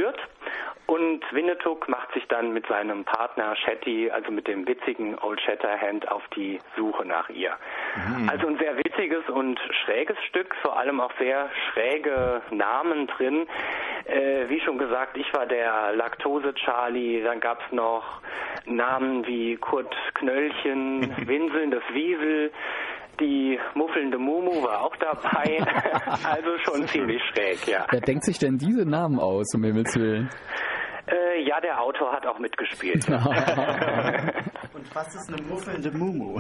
Und Winnetou macht sich dann mit seinem Partner Shetty, also mit dem witzigen Old Shatterhand, auf die Suche nach ihr. Mhm. Also ein sehr witziges und schräges Stück, vor allem auch sehr schräge Namen drin. Äh, wie schon gesagt, ich war der Laktose-Charlie, dann gab es noch Namen wie Kurt Knöllchen, Winseln, das Wiesel, die muffelnde Mumu war auch dabei, also schon ziemlich schräg, ja. Wer denkt sich denn diese Namen aus, um Himmels Willen? Äh, ja, der Autor hat auch mitgespielt. Und was ist eine muffelnde Mumu?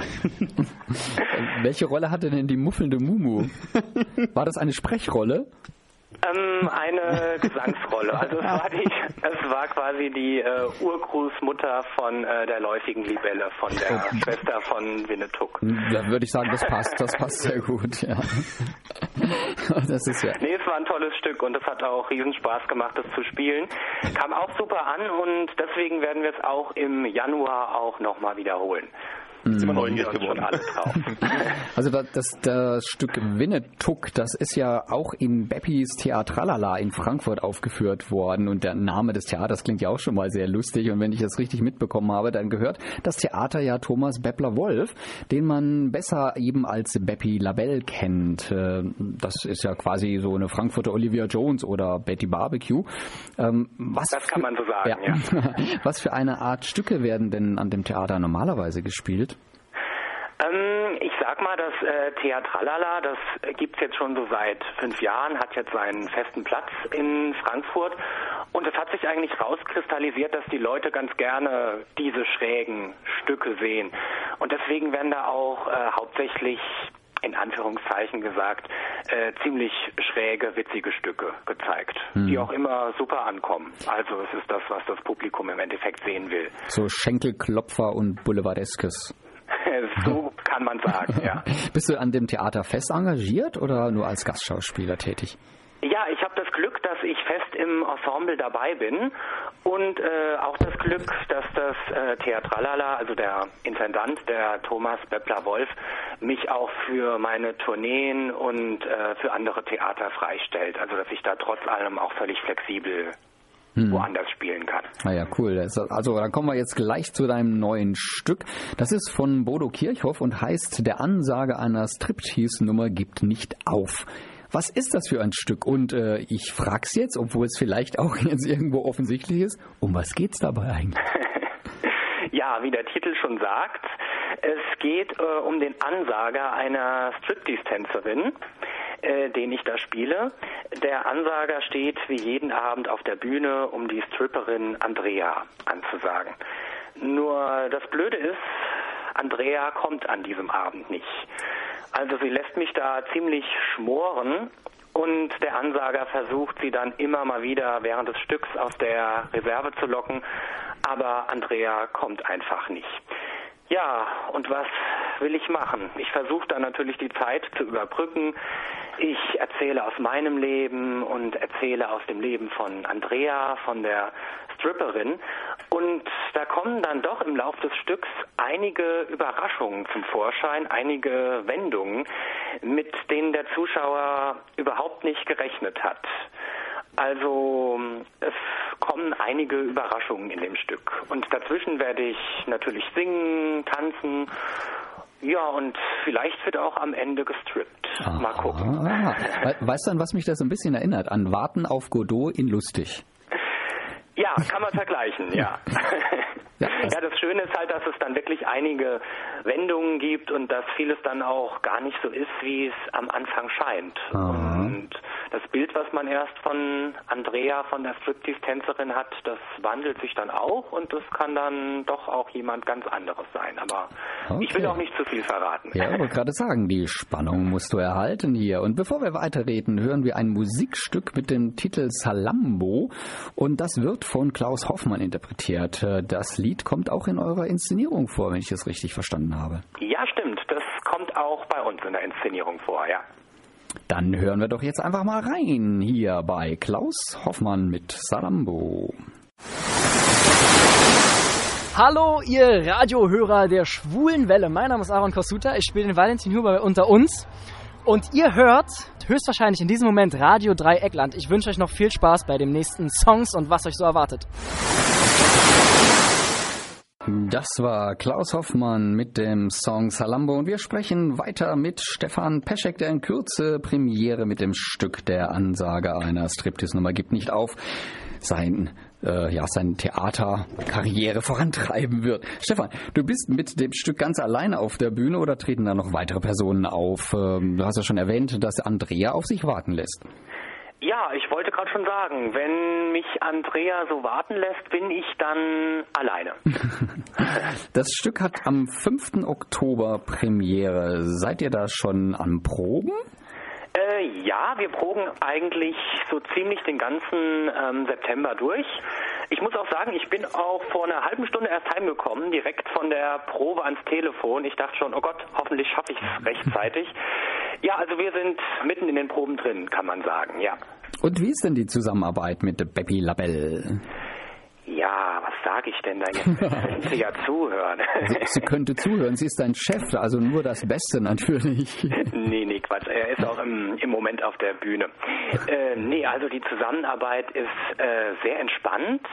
Welche Rolle hatte denn die muffelnde Mumu? War das eine Sprechrolle? Ähm, eine Gesangsrolle. Also es war, die, es war quasi die äh, Urgroßmutter von äh, der läufigen Libelle, von der oh. Schwester von Winnetou. Da würde ich sagen, das passt, das passt sehr gut, ja. Das ist ja. Nee, es war ein tolles Stück und es hat auch riesen Spaß gemacht, das zu spielen. Kam auch super an und deswegen werden wir es auch im Januar auch nochmal wiederholen. Sind wir neugierig geworden. Alle drauf. Also das, das, das Stück Winnetou, das ist ja auch in Beppis Theatralala in Frankfurt aufgeführt worden und der Name des Theaters klingt ja auch schon mal sehr lustig und wenn ich das richtig mitbekommen habe, dann gehört das Theater ja Thomas Beppler-Wolf, den man besser eben als Beppi Labelle kennt. Das ist ja quasi so eine Frankfurter Olivia Jones oder Betty Barbecue. Was das kann man so sagen, ja. ja. Was für eine Art Stücke werden denn an dem Theater normalerweise gespielt? Ähm, ich sag mal, das äh, Theatralala, das gibt's jetzt schon so seit fünf Jahren, hat jetzt seinen festen Platz in Frankfurt und es hat sich eigentlich rauskristallisiert, dass die Leute ganz gerne diese schrägen Stücke sehen und deswegen werden da auch äh, hauptsächlich in Anführungszeichen gesagt, äh, ziemlich schräge, witzige Stücke gezeigt, hm. die auch immer super ankommen. Also es ist das, was das Publikum im Endeffekt sehen will. So Schenkelklopfer und Boulevardeskes. So kann man sagen, ja. Bist du an dem Theater fest engagiert oder nur als Gastschauspieler tätig? Ja, ich habe das Glück, dass ich fest im Ensemble dabei bin und äh, auch das Glück, dass das äh, Theatralala, also der Intendant, der Thomas Beppler-Wolf, mich auch für meine Tourneen und äh, für andere Theater freistellt. Also dass ich da trotz allem auch völlig flexibel Hm. woanders spielen kann. Ah ja, cool. Also dann kommen wir jetzt gleich zu deinem neuen Stück. Das ist von Bodo Kirchhoff und heißt Der Ansage einer Striptease-Nummer gibt nicht auf. Was ist das für ein Stück? Und äh, ich frag's jetzt, obwohl es vielleicht auch jetzt irgendwo offensichtlich ist, um was geht's dabei eigentlich? Ja, wie der Titel schon sagt, es geht äh, um den Ansager einer Striptease-Tänzerin, äh, den ich da spiele. Der Ansager steht wie jeden Abend auf der Bühne, um die Stripperin Andrea anzusagen. Nur das Blöde ist, Andrea kommt an diesem Abend nicht. Also sie lässt mich da ziemlich schmoren und der Ansager versucht sie dann immer mal wieder während des Stücks aus der Reserve zu locken, aber Andrea kommt einfach nicht. Ja, und was will ich machen? Ich versuche dann natürlich die Zeit zu überbrücken. Ich erzähle aus meinem Leben und erzähle aus dem Leben von Andrea, von der Stripperin. Und da kommen dann doch im Lauf des Stücks einige Überraschungen zum Vorschein, einige Wendungen, mit denen der Zuschauer überhaupt nicht gerechnet hat. Also es kommen einige Überraschungen in dem Stück. Und dazwischen werde ich natürlich singen, tanzen. Ja, und vielleicht wird auch am Ende gestrippt. Aha. Mal gucken. Weißt du, an was mich das ein bisschen erinnert? An Warten auf Godot in Lustig. Ja, kann man vergleichen, ja. Ja, das, ja, das Schöne ist halt, dass es dann wirklich einige Wendungen gibt und dass vieles dann auch gar nicht so ist, wie es am Anfang scheint. Aha. Und das Bild, was man erst von Andrea, von der Striptease-Tänzerin hat, das wandelt sich dann auch und das kann dann doch auch jemand ganz anderes sein. Aber okay. Ich will auch nicht zu viel verraten. Ja, ich wollte gerade sagen, die Spannung musst du erhalten hier. Und bevor wir weiterreden, hören wir ein Musikstück mit dem Titel Salambo und das wird von Klaus Hoffmann interpretiert. Das Lied kommt auch in eurer Inszenierung vor, wenn ich das richtig verstanden habe. Ja, stimmt. Das kommt auch bei uns in der Inszenierung vor, ja. Dann hören wir doch jetzt einfach mal rein hier bei Klaus Hoffmann mit Salambo. Hallo, ihr Radiohörer der Schwulen Welle. Mein Name ist Aaron Kosuta. Ich spiele den Valentin Huber unter uns. Und ihr hört höchstwahrscheinlich in diesem Moment Radio Dreieckland. Ich wünsche euch noch viel Spaß bei den nächsten Songs und was euch so erwartet. Das war Klaus Hoffmann mit dem Song Salambo und wir sprechen weiter mit Stefan Peschek, der in Kürze Premiere mit dem Stück Der Ansager einer Striptease-Nummer gibt nicht auf sein äh, ja seine Theaterkarriere vorantreiben wird. Stefan, du bist mit dem Stück ganz alleine auf der Bühne oder treten da noch weitere Personen auf? Ähm, du hast ja schon erwähnt, dass Andrea auf sich warten lässt. Ja, ich wollte gerade schon sagen, wenn mich Andrea so warten lässt, bin ich dann alleine. Das Stück hat am fünften Oktober Premiere. Seid ihr da schon am Proben? Äh, ja, wir proben eigentlich so ziemlich den ganzen ähm, September durch. Ich muss auch sagen, ich bin auch vor einer halben Stunde erst heimgekommen, direkt von der Probe ans Telefon. Ich dachte schon, oh Gott, hoffentlich schaffe ich es rechtzeitig. Ja, also wir sind mitten in den Proben drin, kann man sagen, ja. Und wie ist denn die Zusammenarbeit mit Beppi Labelle? Ja, was sage ich denn da jetzt? Können Sie ja zuhören. Sie könnte zuhören, sie ist dein Chef, also nur das Beste natürlich. Nee, nee, Quatsch. Er ist auch im, im Moment auf der Bühne. Äh, nee, also die Zusammenarbeit ist äh, sehr entspannt,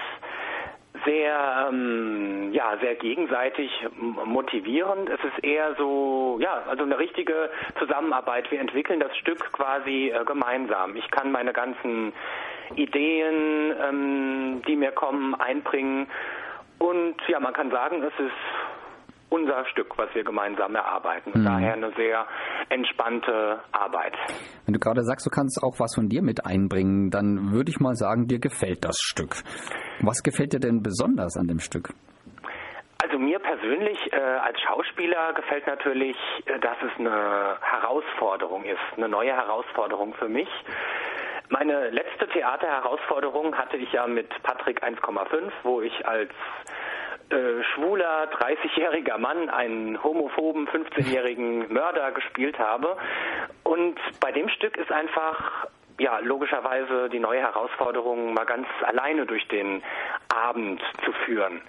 sehr, ähm, ja, sehr gegenseitig motivierend. Es ist eher so, ja, also eine richtige Zusammenarbeit. Wir entwickeln das Stück quasi äh, gemeinsam. Ich kann meine ganzen Ideen, ähm, die mir kommen, einbringen. Und ja, man kann sagen, es ist unser Stück, was wir gemeinsam erarbeiten. Und mhm. daher eine sehr entspannte Arbeit. Wenn du gerade sagst, du kannst auch was von dir mit einbringen, dann würde ich mal sagen, dir gefällt das Stück. Was gefällt dir denn besonders an dem Stück? Also mir persönlich äh, als Schauspieler gefällt natürlich, äh, dass es eine Herausforderung ist, eine neue Herausforderung für mich. Meine letzte Theaterherausforderung hatte ich ja mit Patrick eins Komma fünf, wo ich als äh, schwuler, dreißigjähriger Mann einen homophoben, fünfzehnjährigen Mörder gespielt habe. Und bei dem Stück ist einfach, ja, logischerweise die neue Herausforderung, mal ganz alleine durch den Abend zu führen.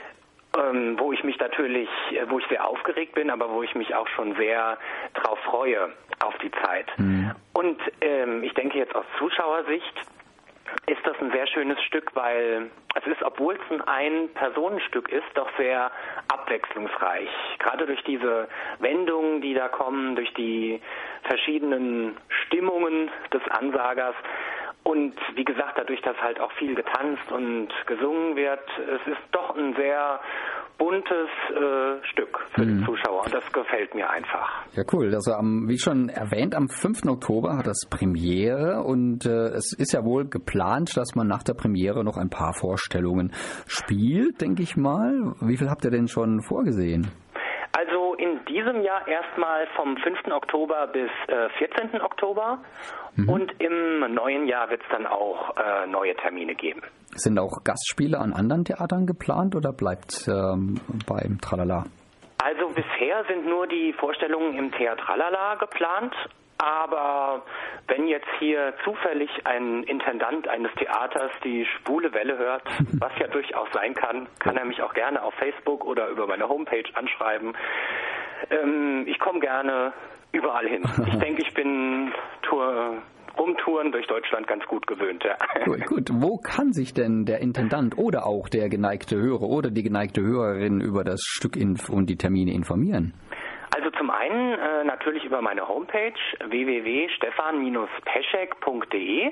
Ähm, wo ich mich natürlich, wo ich sehr aufgeregt bin, aber wo ich mich auch schon sehr drauf freue, auf die Zeit. Mhm. Und ähm, ich denke jetzt aus Zuschauersicht ist das ein sehr schönes Stück, weil es ist, obwohl es ein Ein-Personenstück ist, doch sehr abwechslungsreich. Gerade durch diese Wendungen, die da kommen, durch die verschiedenen Stimmungen des Ansagers. Und wie gesagt, dadurch, dass halt auch viel getanzt und gesungen wird, es ist doch ein sehr buntes äh, Stück für mhm. die Zuschauer und das gefällt mir einfach. Ja, cool. Also am, wie schon erwähnt, am fünften Oktober hat das Premiere und äh, es ist ja wohl geplant, dass man nach der Premiere noch ein paar Vorstellungen spielt, denke ich mal. Wie viel habt ihr denn schon vorgesehen? Also in diesem Jahr erstmal vom fünften Oktober bis äh, vierzehnten Oktober mhm. und im neuen Jahr wird es dann auch äh, neue Termine geben. Sind auch Gastspiele an anderen Theatern geplant oder bleibt ähm, beim Tralala? Also bisher sind nur die Vorstellungen im Theatralala geplant. Aber wenn jetzt hier zufällig ein Intendant eines Theaters die Schwule Welle hört, was ja durchaus sein kann, kann er mich auch gerne auf Facebook oder über meine Homepage anschreiben. Ähm, ich komme gerne überall hin. Ich denke, ich bin Tour, Rumtouren durch Deutschland ganz gut gewöhnt. Ja. Gut, gut. Wo kann sich denn der Intendant oder auch der geneigte Hörer oder die geneigte Hörerin über das Stück und die Termine informieren? Also zum einen äh, natürlich über meine Homepage w w w punkt stefan Bindestrich peschek punkt d e,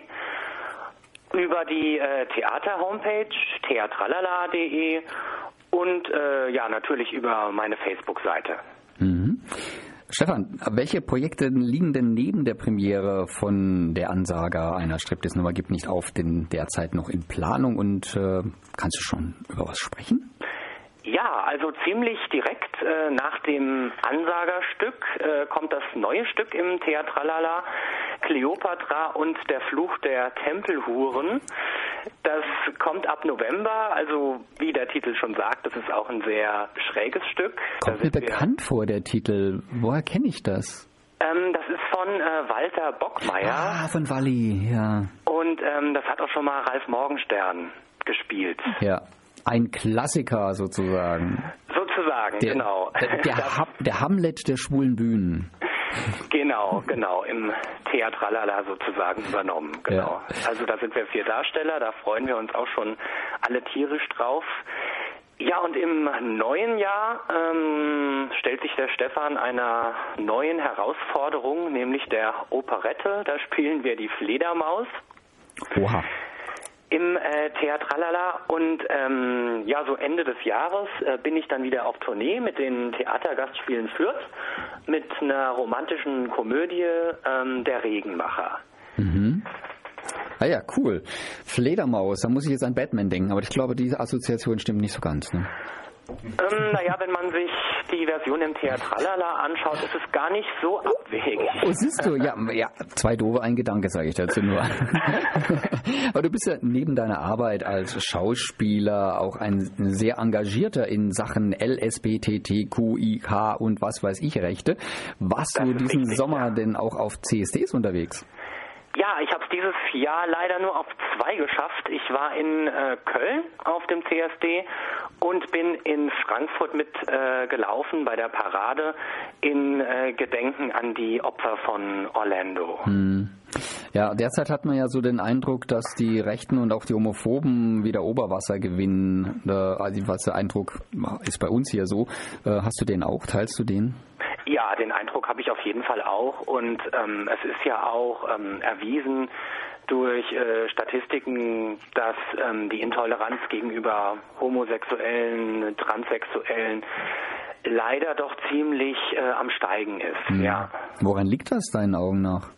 über die äh, Theater-Homepage theatralala punkt d e und äh, ja natürlich über meine Facebook-Seite. Mhm. Stefan, welche Projekte liegen denn neben der Premiere von Der Ansager einer Striptease-Nummer gibt nicht auf denn derzeit noch in Planung und äh, kannst du schon über was sprechen? Ja, also ziemlich direkt äh, nach dem Ansagerstück äh, kommt das neue Stück im Theatralala, Kleopatra und der Fluch der Tempelhuren. Das kommt ab November, also wie der Titel schon sagt, das ist auch ein sehr schräges Stück. Kommt mir bekannt vor, der Titel. Woher kenne ich das? Ähm, das ist von äh, Walter Bockmeier. Ah, von Walli, ja. Und ähm, das hat auch schon mal Ralf Morgenstern gespielt. Ja. Ein Klassiker sozusagen. Sozusagen, der, genau. Der, der, ha- der Hamlet der schwulen Bühnen. Genau, genau, im Theatralala sozusagen übernommen, genau. Ja. Also da sind wir vier Darsteller, da freuen wir uns auch schon alle tierisch drauf. Ja, und im neuen Jahr ähm, stellt sich der Stefan einer neuen Herausforderung, nämlich der Operette. Da spielen wir die Fledermaus. Oha. Im äh, Theatralala und ähm, ja, so Ende des Jahres äh, bin ich dann wieder auf Tournee mit den Theatergastspielen Fürth mit einer romantischen Komödie, ähm, Der Regenmacher. Mhm. Ah ja, cool. Fledermaus, da muss ich jetzt an Batman denken, aber ich glaube, diese Assoziation stimmt nicht so ganz. Ne? Ähm, naja, wenn man sich die Version im Theatralala anschaut, ist es gar nicht so abwegig. Oh, siehst du, ja, ja, zwei doofe, ein Gedanke, sage ich dazu nur. Aber du bist ja neben deiner Arbeit als Schauspieler auch ein sehr engagierter in Sachen L S B T T Q I K und was weiß ich Rechte. Warst du diesen richtig, Sommer ja. denn auch auf C S Ds unterwegs? Ja, ich habe es dieses Jahr leider nur auf zwei geschafft. Ich war in äh, Köln auf dem C S D und bin in Frankfurt mit äh, gelaufen bei der Parade in äh, Gedenken an die Opfer von Orlando. Hm. Ja, derzeit hat man ja so den Eindruck, dass die Rechten und auch die Homophoben wieder Oberwasser gewinnen. Also was der Eindruck ist bei uns hier so. Hast du den auch? Teilst du den? Ja, den Eindruck habe ich auf jeden Fall auch und ähm, es ist ja auch ähm, erwiesen durch äh, Statistiken, dass ähm, die Intoleranz gegenüber Homosexuellen, Transsexuellen leider doch ziemlich äh, am Steigen ist. Hm. Ja. Woran liegt das deinen Augen nach?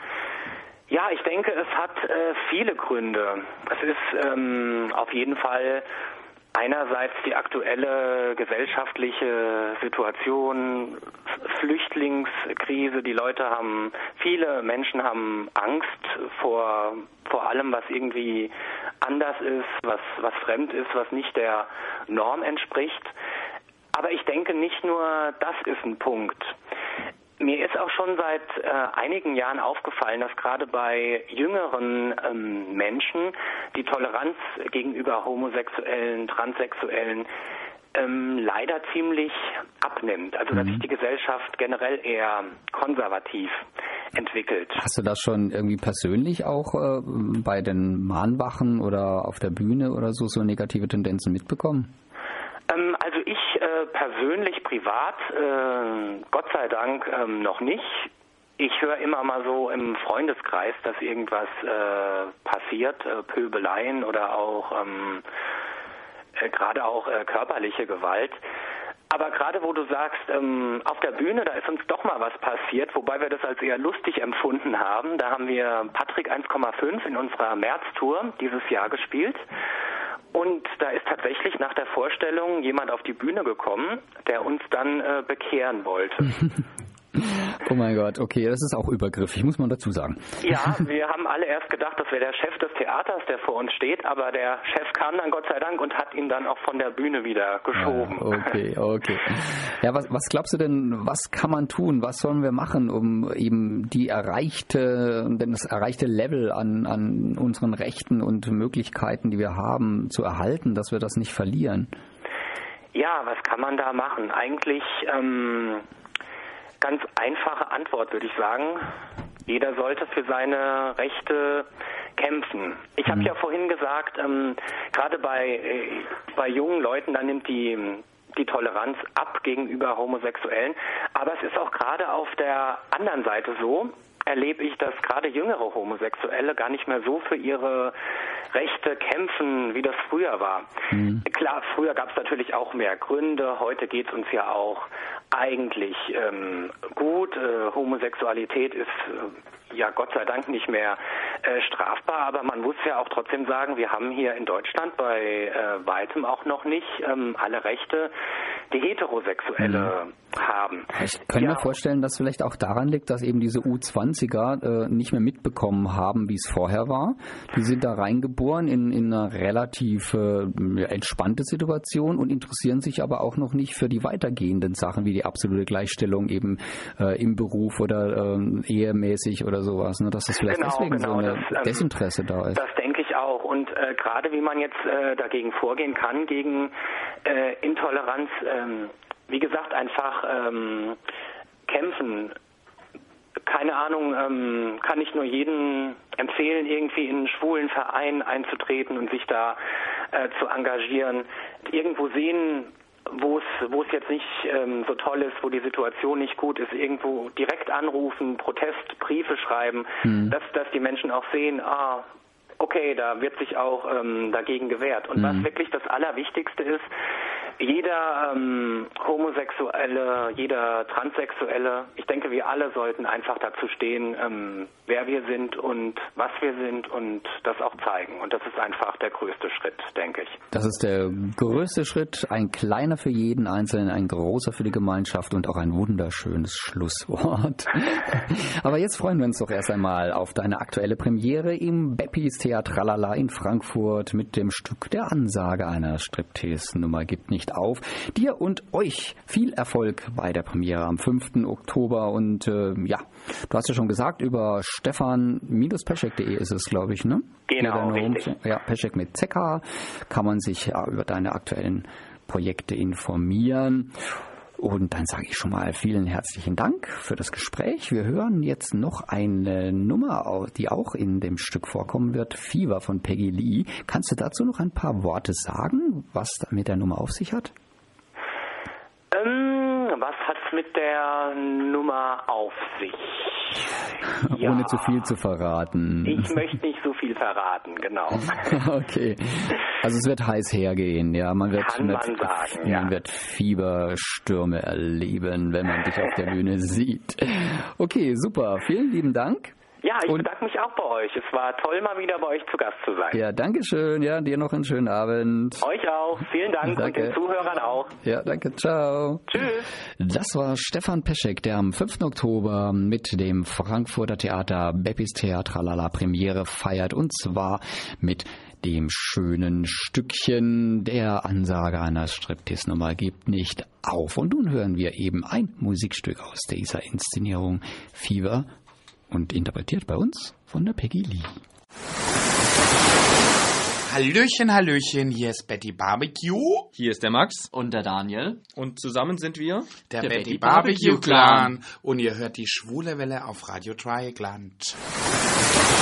Ja, ich denke, es hat äh, viele Gründe. Es ist ähm, auf jeden Fall einerseits die aktuelle gesellschaftliche Situation, Flüchtlingskrise. Die Leute haben, viele Menschen haben Angst vor, vor allem, was irgendwie anders ist, was, was fremd ist, was nicht der Norm entspricht. Aber ich denke, nicht nur das ist ein Punkt. Mir ist auch schon seit äh, einigen Jahren aufgefallen, dass gerade bei jüngeren ähm, Menschen die Toleranz gegenüber Homosexuellen, Transsexuellen ähm, leider ziemlich abnimmt. Also dass sich die Gesellschaft generell eher konservativ entwickelt. Hast du das schon irgendwie persönlich auch äh, bei den Mahnwachen oder auf der Bühne oder so, so negative Tendenzen mitbekommen? Ähm, also ich äh, persönlich, privat, äh, Gott sei Dank ähm, noch nicht. Ich höre immer mal so im Freundeskreis, dass irgendwas äh, passiert, äh, Pöbeleien oder auch ähm, äh, gerade auch äh, körperliche Gewalt. Aber gerade wo du sagst, ähm, auf der Bühne, da ist uns doch mal was passiert, wobei wir das als eher lustig empfunden haben. Da haben wir Patrick eins Komma fünf in unserer Märztour dieses Jahr gespielt. Und da ist tatsächlich nach der Vorstellung jemand auf die Bühne gekommen, der uns dann äh, bekehren wollte. Oh mein Gott, okay, das ist auch übergriffig, muss man dazu sagen. Ja, wir haben alle erst gedacht, das wäre der Chef des Theaters, der vor uns steht, aber der Chef kam dann Gott sei Dank und hat ihn dann auch von der Bühne wieder geschoben. Ja, okay, okay. Ja, was, was glaubst du denn, was kann man tun, was sollen wir machen, um eben die erreichte, denn das erreichte Level an, an unseren Rechten und Möglichkeiten, die wir haben, zu erhalten, dass wir das nicht verlieren? Ja, was kann man da machen? Eigentlich ähm, ganz einfache Antwort, würde ich sagen. Jeder sollte für seine Rechte kämpfen. Ich habe mhm. ja vorhin gesagt, ähm, gerade bei, äh, bei jungen Leuten, da nimmt die, die Toleranz ab gegenüber Homosexuellen. Aber es ist auch gerade auf der anderen Seite so, erlebe ich, dass gerade jüngere Homosexuelle gar nicht mehr so für ihre Rechte kämpfen, wie das früher war. Mhm. Klar, früher gab es natürlich auch mehr Gründe. Heute geht es uns ja auch eigentlich ähm, gut. Äh, Homosexualität ist äh, ja Gott sei Dank nicht mehr äh, strafbar, aber man muss ja auch trotzdem sagen, wir haben hier in Deutschland bei äh, weitem auch noch nicht ähm, alle Rechte, die Heterosexuelle mhm. haben. Ich könnte ja. mir vorstellen, dass vielleicht auch daran liegt, dass eben diese U zwanziger äh, nicht mehr mitbekommen haben, wie es vorher war. Die sind da reingeboren in, in eine relativ äh, entspannte Situation und interessieren sich aber auch noch nicht für die weitergehenden Sachen, wie die absolute Gleichstellung eben äh, im Beruf oder äh, ehemäßig oder sowas. Ne? Dass das vielleicht genau, deswegen genau, so eine das, ähm, Desinteresse da ist. Das denke ich auch. Und äh, gerade wie man jetzt äh, dagegen vorgehen kann, gegen äh, Intoleranz, ähm, wie gesagt, einfach ähm, kämpfen. keine Ahnung, ähm, kann ich nur jedem empfehlen, irgendwie in einen schwulen Verein einzutreten und sich da äh, zu engagieren. Irgendwo sehen, wo es wo es jetzt nicht ähm, so toll ist, wo die Situation nicht gut ist, irgendwo direkt anrufen, Protestbriefe schreiben, mhm. dass, dass die Menschen auch sehen, ah, okay, da wird sich auch ähm, dagegen gewehrt. Und mhm. was wirklich das Allerwichtigste ist, jeder ähm, Homosexuelle, jeder Transsexuelle, ich denke, wir alle sollten einfach dazu stehen, ähm, wer wir sind und was wir sind und das auch zeigen. Und das ist einfach der größte Schritt, denke ich. Das ist der größte Schritt, ein kleiner für jeden Einzelnen, ein großer für die Gemeinschaft und auch ein wunderschönes Schlusswort. Aber jetzt freuen wir uns doch erst einmal auf deine aktuelle Premiere im Beppis Theatralala in Frankfurt mit dem Stück Der Ansage einer Striptease-Nummer gibt nicht auf. Dir und euch viel Erfolg bei der Premiere am fünften Oktober und äh, ja, du hast ja schon gesagt, über stefan peschek punkt de ist es, glaube ich, ne? Genau, richtig. Ja, Peschek mit Z K kann man sich ja über deine aktuellen Projekte informieren. Und dann sage ich schon mal vielen herzlichen Dank für das Gespräch. Wir hören jetzt noch eine Nummer, die auch in dem Stück vorkommen wird, Fever von Peggy Lee. Kannst du dazu noch ein paar Worte sagen, was da mit der Nummer auf sich hat? Ähm, was hat es mit der Nummer auf sich? Ja. Ohne zu viel zu verraten. Ich möchte nicht so viel verraten, genau. Okay. Also es wird heiß hergehen, ja. Man wird, Kann man wird, sagen, man ja. wird Fieberstürme erleben, wenn man dich auf der Bühne sieht. Okay, super. Vielen lieben Dank. Ja, ich Und bedanke mich auch bei euch. Es war toll, mal wieder bei euch zu Gast zu sein. Ja, danke schön. Ja, dir noch einen schönen Abend. Euch auch. Vielen Dank Danke. und den Zuhörern auch. Ja, danke. Ciao. Tschüss. Das war Stefan Peschek, der am fünften Oktober mit dem Frankfurter Theater Beppis Theatralala Premiere feiert. Und zwar mit dem schönen Stückchen Der Ansage einer Striptease-Nummer gibt nicht auf. Und nun hören wir eben ein Musikstück aus dieser Inszenierung Fever und interpretiert bei uns von der Peggy Lee. Hallöchen, Hallöchen, hier ist Betty Barbecue. Hier ist der Max. Und der Daniel. Und zusammen sind wir der, der Betty, Betty Barbecue Clan. Und ihr hört die schwule Welle auf Radio Dreieckland.